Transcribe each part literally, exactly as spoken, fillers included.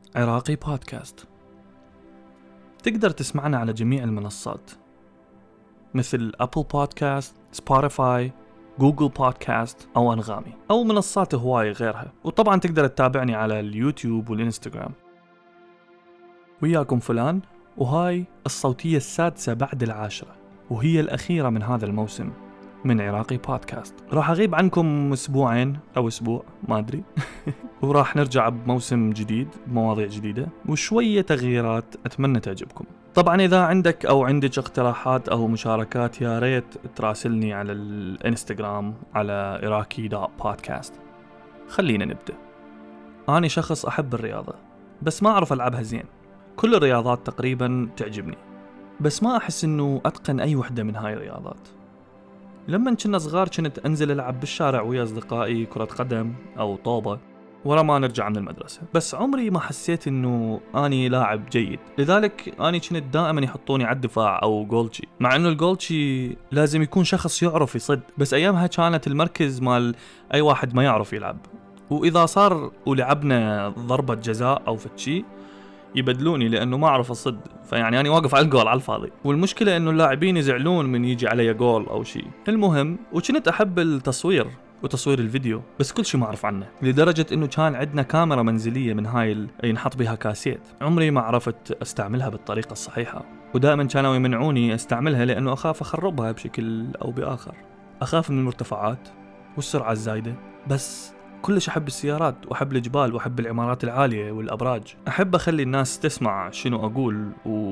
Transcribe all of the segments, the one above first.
عراقي بودكاست. تقدر تسمعنا على جميع المنصات مثل أبل بودكاست، سبوتيفاي، جوجل بودكاست أو أنغامي أو منصات هواية غيرها. وطبعا تقدر تتابعني على اليوتيوب والإنستغرام. وياكم فلان، وهاي الصوتية السادسة بعد العاشرة، وهي الأخيرة من هذا الموسم من عراقي بودكاست. راح أغيب عنكم أسبوعين أو أسبوع ما أدري وراح نرجع بموسم جديد بمواضيع جديدة وشوية تغييرات أتمنى تعجبكم. طبعا إذا عندك أو عندك اقتراحات أو مشاركات يا ريت تراسلني على الانستغرام على عراقي دوت بودكاست. خلينا نبدأ. أنا شخص أحب الرياضة بس ما أعرف ألعبها زين. كل الرياضات تقريبا تعجبني بس ما أحس إنه أتقن أي وحدة من هاي الرياضات. لما كنا صغار كنت أنزل ألعب بالشارع ويا أصدقائي كرة قدم أو طوبة ورا ما نرجع من المدرسة، بس عمري ما حسيت إنه أني لاعب جيد. لذلك أني كنت دائما يحطوني على الدفاع أو جولشي، مع إنه الجولشي لازم يكون شخص يعرف يصد، بس أيامها كانت المركز مال أي واحد ما يعرف يلعب. وإذا صار ولعبنا ضربة جزاء أو فتشي يبدلوني لأنه ما أعرف أصد، فيعني أنا واقف على الجول على الفاضي. والمشكلة إنه اللاعبين يزعلون من يجي علي جول أو شيء. المهم، وكنت أحب التصوير وتصوير الفيديو بس كل شيء ما أعرف عنه، لدرجة إنه كان عندنا كاميرا منزلية من هاي اللي ينحط بها كاسيت. عمري ما عرفت أستعملها بالطريقة الصحيحة، ودائما كانوا يمنعوني أستعملها لأنه أخاف أخربها بشكل أو بآخر. أخاف من المرتفعات والسرعة الزايدة، بس كلش أحب السيارات وأحب الجبال وأحب العمارات العالية والأبراج. أحب أخلي الناس تسمع شنو أقول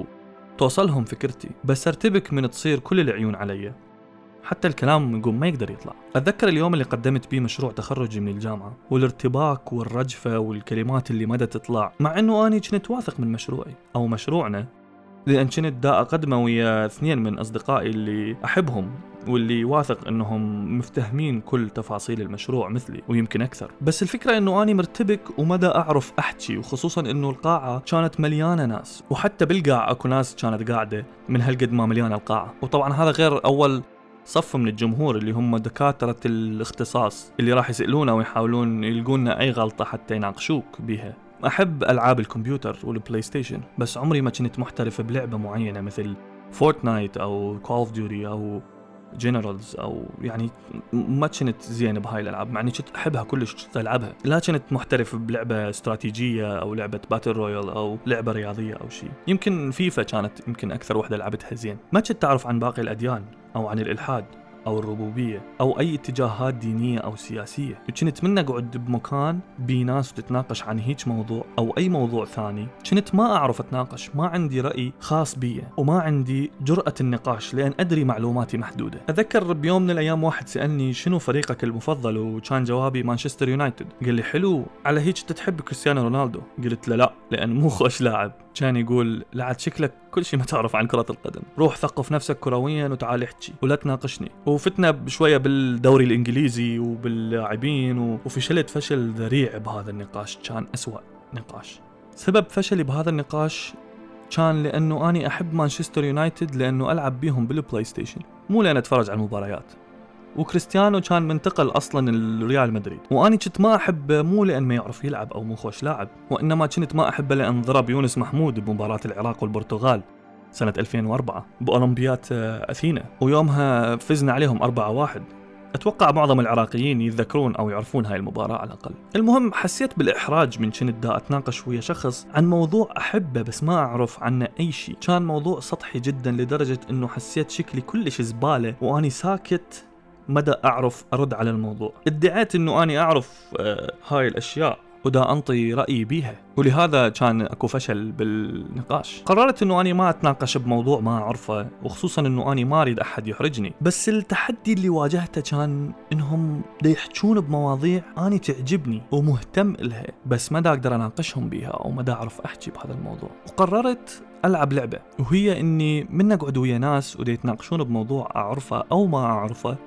وتوصلهم فكرتي، بس أرتبك من تصير كل العيون علي، حتى الكلام يقوم ما يقدر يطلع. أتذكر اليوم اللي قدمت بيه مشروع تخرجي من الجامعة، والارتباك والرجفة والكلمات اللي مدى تطلع، مع أنه أنا كنت واثق من مشروعي أو مشروعنا، لأن كنت دا أقدمه ويا اثنين من أصدقائي اللي أحبهم واللي واثق أنهم مفتهمين كل تفاصيل المشروع مثلي ويمكن أكثر. بس الفكرة أنه أنا مرتبك ومدى أعرف أحكي، وخصوصا أنه القاعة كانت مليانة ناس، وحتى بالقاعة أكو ناس كانت قاعدة من هالقد ما مليانة القاعة. وطبعا هذا غير أول صف من الجمهور اللي هم دكاترة الاختصاص اللي راح يسألونا ويحاولون يلقونا أي غلطة حتى يناقشوك بيها. أحب ألعاب الكمبيوتر والبلاي ستيشن، بس عمري ما كنت محترف بلعبة معينة مثل فورتنايت أو كول اوف ديوتي أو جنرالز، أو يعني ما كنت زين بهاي الألعاب، مع أني كنت أحبها كلش كنت ألعبها. لا كنت محترف بلعبة استراتيجية أو لعبة باتل رويال أو لعبة رياضية أو شيء. يمكن فيفا كانت يمكن أكثر وحدة لعبتها زين. ما كنت تعرف عن باقي الأديان أو عن الإلحاد أو الربوبية أو أي اتجاهات دينية أو سياسية. كنت من أقعد بمكان بي ناس وتتناقش عن هيك موضوع أو أي موضوع ثاني، كنت ما أعرف أتناقش، ما عندي رأي خاص بي وما عندي جرأة النقاش لأن أدري معلوماتي محدودة. أذكر بيوم من الأيام واحد سألني شنو فريقك المفضل، وكان جوابي مانشستر يونايتد. قال لي حلو، على هيك تتحب كريستيانو رونالدو؟ قلت له لا لأن مو خوش لاعب. كان يقول لعد شكلك كل شيء ما تعرف عن كرة القدم، روح ثقف نفسك كرويا وتعال احكي ولا تناقشني. وفتنا بشوية بالدوري الإنجليزي وباللاعبين، وفشلت فشل ذريع بهذا النقاش. كان أسوأ نقاش. سبب فشلي بهذا النقاش كان لأنه أنا أحب مانشستر يونايتد لأنه ألعب بيهم بالبلاي ستيشن، مو لأن أتفرج على المباريات. وكريستيانو كان منتقل أصلاً الريال مدريد، وأنا كنت ما أحبه مو لأن ما يعرف يلعب أو مو خوش لاعب، وإنما كنت ما أحبه لأن ضرب يونس محمود بمباراة العراق والبرتغال سنة ألفين وأربعة بأولمبياد أثينا، ويومها فزنا عليهم أربعة واحد. أتوقع معظم العراقيين يتذكرون أو يعرفون هاي المباراة على الأقل. المهم، حسيت بالإحراج من كنت دا أتناقش ويا شخص عن موضوع أحبه بس ما أعرف عنه أي شيء. كان موضوع سطحي جدا لدرجة أنه حسيت شكلي كلش زبالة وأني ساكت مدى أعرف أرد على الموضوع. ادعيت أنه أني أعرف آه هاي الأشياء ودا أنطي رأيي بيها، ولهذا كان أكو فشل بالنقاش. قررت أنه أني ما أتناقش بموضوع ما أعرفه، وخصوصا أنه أني ما أريد أحد يحرجني. بس التحدي اللي واجهته كان أنهم دا يحجون بمواضيع أني تعجبني ومهتم إلها، بس ما دا أقدر أناقشهم بيها أو ما دا أعرف أحكي بهذا الموضوع. وقررت ألعب لعبة، وهي أني من أقعد ويا ناس ودا يتناقشون بموضوع أعرفه أو ما أعرفه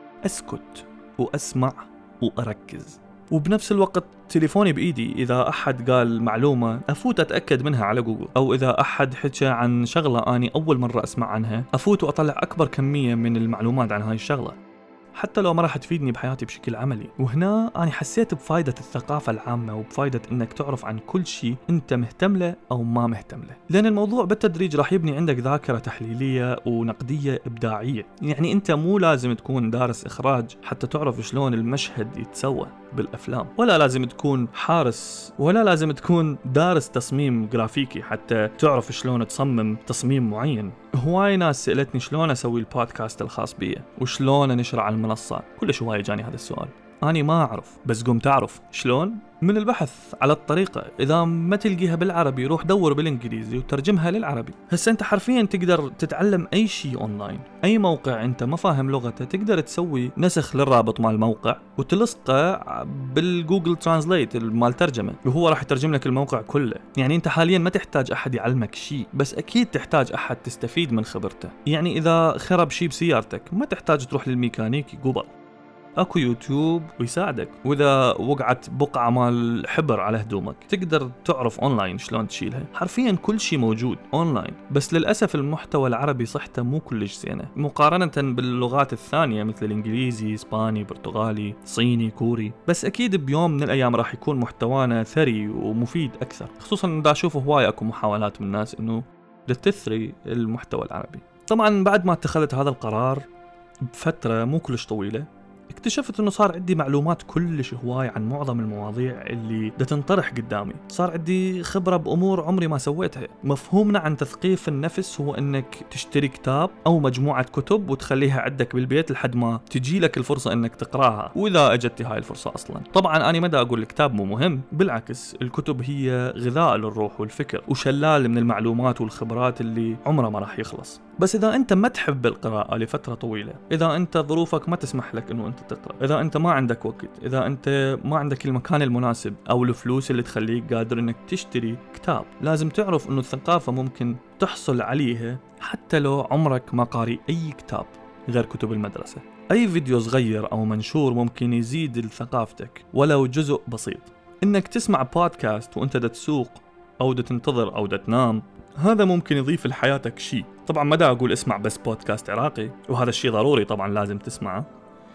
أسكت وأسمع وأركز، وبنفس الوقت تليفوني بإيدي. إذا أحد قال معلومة أفوت أتأكد منها على جوجل، أو إذا أحد حكى عن شغلة أني أول مرة أسمع عنها أفوت وأطلع أكبر كمية من المعلومات عن هاي الشغلة. حتى لو ما راح تفيدني بحياتي بشكل عملي. وهنا أنا حسيت بفائدة الثقافة العامة وبفائدة إنك تعرف عن كل شيء أنت مهتم له أو ما مهتم له، لأن الموضوع بالتدريج راح يبني عندك ذاكرة تحليلية ونقدية إبداعية. يعني أنت مو لازم تكون دارس إخراج حتى تعرف شلون المشهد يتسوى بالأفلام، ولا لازم تكون حارس، ولا لازم تكون دارس تصميم جرافيكي حتى تعرف شلون تصمم تصميم معين. هواي ناس سألتني شلون أسوي البودكاست الخاص بي وشلون أنشر على المنصات، كلش هواي جاني هذا السؤال. أنا ما أعرف، بس قم تعرف شلون؟ من البحث على الطريقة. إذا ما تلقيها بالعربي روح دور بالإنجليزي وترجمها للعربي. هسه أنت حرفيا تقدر تتعلم أي شيء أونلاين، أي موقع أنت ما فاهم لغته تقدر تسوي نسخ للرابط مال الموقع وتلصقه بالجوجل ترانسليت مال ترجمة، وهو راح يترجم لك الموقع كله. يعني أنت حاليا ما تحتاج أحد يعلمك شيء، بس أكيد تحتاج أحد تستفيد من خبرته. يعني إذا خرب شيء بسيارتك ما تحتاج تروح للميكانيكي قبل، اكو يوتيوب ويساعدك. واذا وقعت بقعة مال حبر على هدومك تقدر تعرف اونلاين شلون تشيلها. حرفيا كل شيء موجود اونلاين، بس للاسف المحتوى العربي صحته مو كلش زينه مقارنة باللغات الثانية مثل الانجليزي، اسباني، برتغالي، صيني، كوري. بس اكيد بيوم من الايام راح يكون محتوانا ثري ومفيد اكثر، خصوصا دا اشوف هواي اكو محاولات من الناس انه تثري المحتوى العربي. طبعا بعد ما اتخذت هذا القرار بفترة مو كلش طويلة اكتشفت انه صار عندي معلومات كلش هواي عن معظم المواضيع اللي دا تنطرح قدامي. صار عندي خبرة بأمور عمري ما سويتها. مفهومنا عن تثقيف النفس هو انك تشتري كتاب او مجموعة كتب وتخليها عندك بالبيت لحد ما تجي لك الفرصة انك تقراها، واذا اجتي هاي الفرصة اصلا. طبعا انا ما دا اقول الكتاب مو مهم، بالعكس الكتب هي غذاء للروح والفكر وشلال من المعلومات والخبرات اللي عمره ما راح يخلص. بس اذا انت ما تحب القراءة لفترة طويلة، اذا انت ظروفك ما تسمح لك انه انت تقرأ، اذا انت ما عندك وقت، اذا انت ما عندك المكان المناسب او الفلوس اللي تخليك قادر انك تشتري كتاب، لازم تعرف انه الثقافة ممكن تحصل عليها حتى لو عمرك ما قاري اي كتاب غير كتب المدرسة. اي فيديو صغير او منشور ممكن يزيد ثقافتك ولو جزء بسيط. انك تسمع بودكاست وانت دا تسوق او دا تنتظر او دا تنام، هذا ممكن يضيف لحياتك شيء. طبعا ما دا اقول اسمع بس بودكاست عراقي، وهذا الشيء ضروري طبعا لازم تسمعه،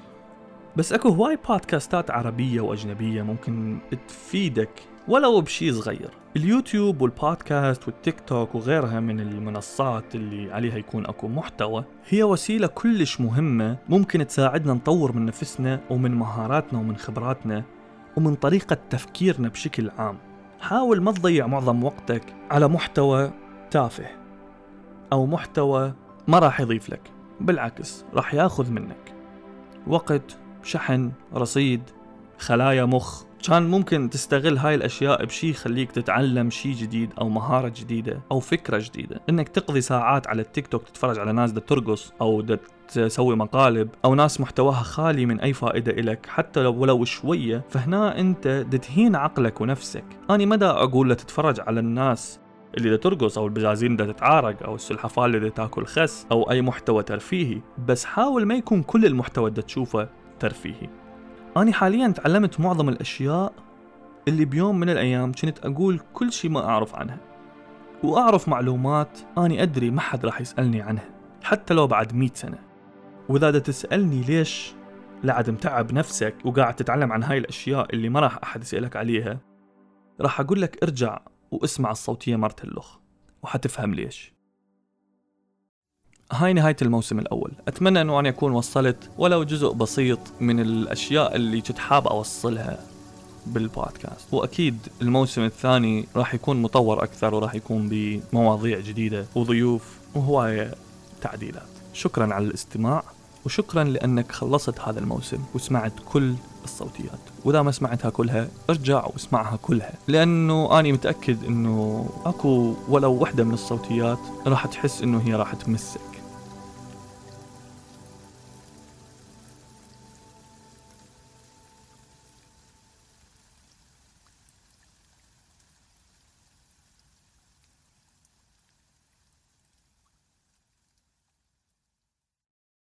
بس اكو هواي بودكاستات عربية واجنبية ممكن تفيدك ولو بشيء صغير. اليوتيوب والبودكاست والتيك توك وغيرها من المنصات اللي عليها يكون اكو محتوى هي وسيلة كلش مهمة ممكن تساعدنا نطور من نفسنا ومن مهاراتنا ومن خبراتنا ومن طريقة تفكيرنا بشكل عام. حاول ما تضيع معظم وقتك على محتوى تافه أو محتوى ما راح يضيف لك، بالعكس راح ياخذ منك وقت، شحن، رصيد، خلايا مخ. كان ممكن تستغل هاي الأشياء بشي يخليك تتعلم شي جديد أو مهارة جديدة أو فكرة جديدة. إنك تقضي ساعات على التيك توك تتفرج على ناس دا ترقص أو دا تسوي مقالب أو ناس محتواها خالي من أي فائدة إلك حتى لو ولو شوية، فهنا أنت دا تهين عقلك ونفسك. أنا مدى أقول لا تتفرج على الناس اللي دا ترقص أو البزازين دا تتعارك أو السلحفاة اللي دا تاكل خس أو أي محتوى ترفيهي، بس حاول ما يكون كل المحتوى دا تشوفه ترفيهي. أنا حالياً تعلمت معظم الأشياء اللي بيوم من الأيام كنت أقول كل شيء ما أعرف عنها، وأعرف معلومات أنا أدري ما حد راح يسألني عنها حتى لو بعد مئة سنة. وإذا دا تسألني ليش لعد متعب نفسك وقاعد تتعلم عن هاي الأشياء اللي ما راح أحد يسألك عليها، راح أقول لك ارجع واسمع الصوتية مرت اللخ وحتفهم ليش. هاي نهاية الموسم الأول. أتمنى أنه أنا أكون وصلت ولو جزء بسيط من الأشياء اللي كنت حاب أوصلها بالبودكاست، وأكيد الموسم الثاني راح يكون مطور أكثر وراح يكون بمواضيع جديدة وضيوف وهواية تعديلات. شكرا على الاستماع، وشكرا لأنك خلصت هذا الموسم وسمعت كل الصوتيات، وإذا ما سمعتها كلها ارجع واسمعها كلها، لأنه أنا متأكد أنه أكو ولو وحدة من الصوتيات راح تحس أنه هي راح تمسك.